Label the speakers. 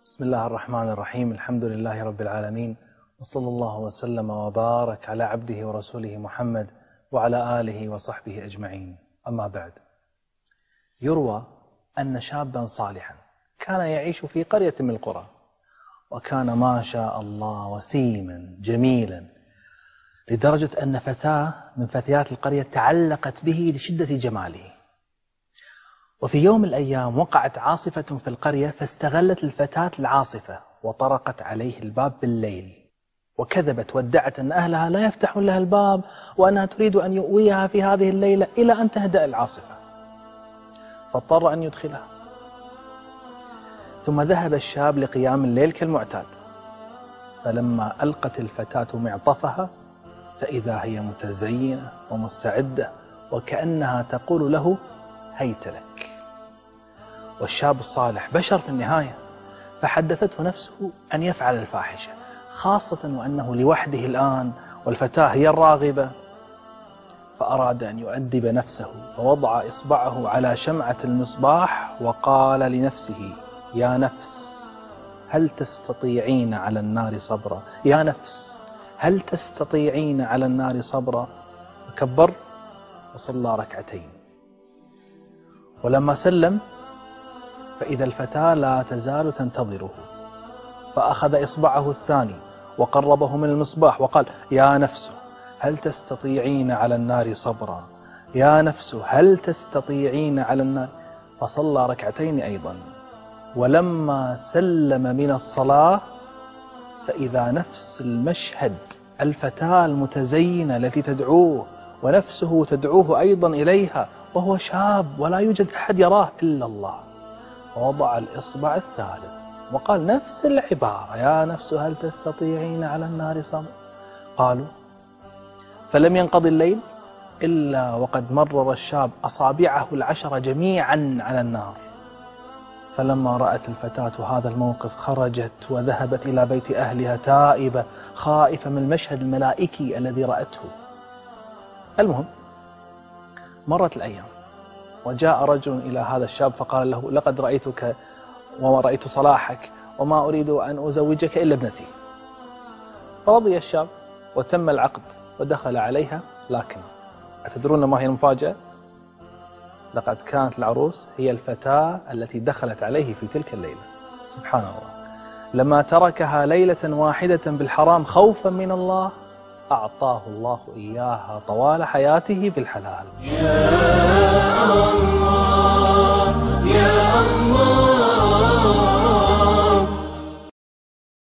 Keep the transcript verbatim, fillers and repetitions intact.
Speaker 1: بسم الله الرحمن الرحيم. الحمد لله رب العالمين، وصلى الله وسلم وبارك على عبده ورسوله محمد وعلى آله وصحبه أجمعين. أما بعد، يروى أن شابا صالحا كان يعيش في قرية من القرى، وكان ما شاء الله وسيما جميلا، لدرجة أن فتاة من فتيات القرية تعلقت به لشدة جماله. وفي يوم من الأيام وقعت عاصفة في القرية، فاستغلت الفتاة العاصفة وطرقت عليه الباب بالليل، وكذبت وادعت أن أهلها لا يفتحون لها الباب، وأنها تريد أن يؤويها في هذه الليلة إلى أن تهدأ العاصفة، فاضطر أن يدخلها. ثم ذهب الشاب لقيام الليل كالمعتاد، فلما ألقت الفتاة معطفها فإذا هي متزينة ومستعدة، وكأنها تقول له: هيت لك. والشاب الصالح بشر في النهاية، فحدثته نفسه أن يفعل الفاحشة، خاصة وأنه لوحده الآن والفتاة هي الراغبة. فأراد أن يؤدب نفسه، فوضع إصبعه على شمعة المصباح وقال لنفسه: يا نفس، هل تستطيعين على النار صبرا؟ يا نفس، هل تستطيعين على النار صبرا؟ فكبر وصلى ركعتين. ولما سلم فإذا الفتاة لا تزال تنتظره، فأخذ إصبعه الثاني وقربه من المصباح وقال: يا نفس، هل تستطيعين على النار صبرا؟ يا نفس، هل تستطيعين على النار؟ فصلى ركعتين أيضا. ولما سلم من الصلاة فإذا نفس المشهد، الفتاة المتزينة التي تدعوه ونفسه تدعوه أيضا إليها، وهو شاب ولا يوجد أحد يراه إلا الله، ووضع الإصبع الثالث وقال نفس العبارة: يا نفس، هل تستطيعين على النار صبرا؟ قالوا: فلم ينقضي الليل إلا وقد مرر الشاب أصابعه العشر جميعا على النار. فلما رأت الفتاة هذا الموقف خرجت وذهبت إلى بيت أهلها تائبة خائفة من المشهد الملائكي الذي رأته. المهم، مرت الأيام وجاء رجل إلى هذا الشاب فقال له: لقد رأيتك ورأيت صلاحك، وما أريد أن أزوجك إلا ابنتي. فرضي الشاب وتم العقد ودخل عليها. لكن أتدرون ما هي المفاجأة؟ لقد كانت العروس هي الفتاة التي دخلت عليه في تلك الليلة. سبحان الله، لما تركها ليلة واحدة بالحرام خوفا من الله، أعطاه الله إياها طوال حياته بالحلال.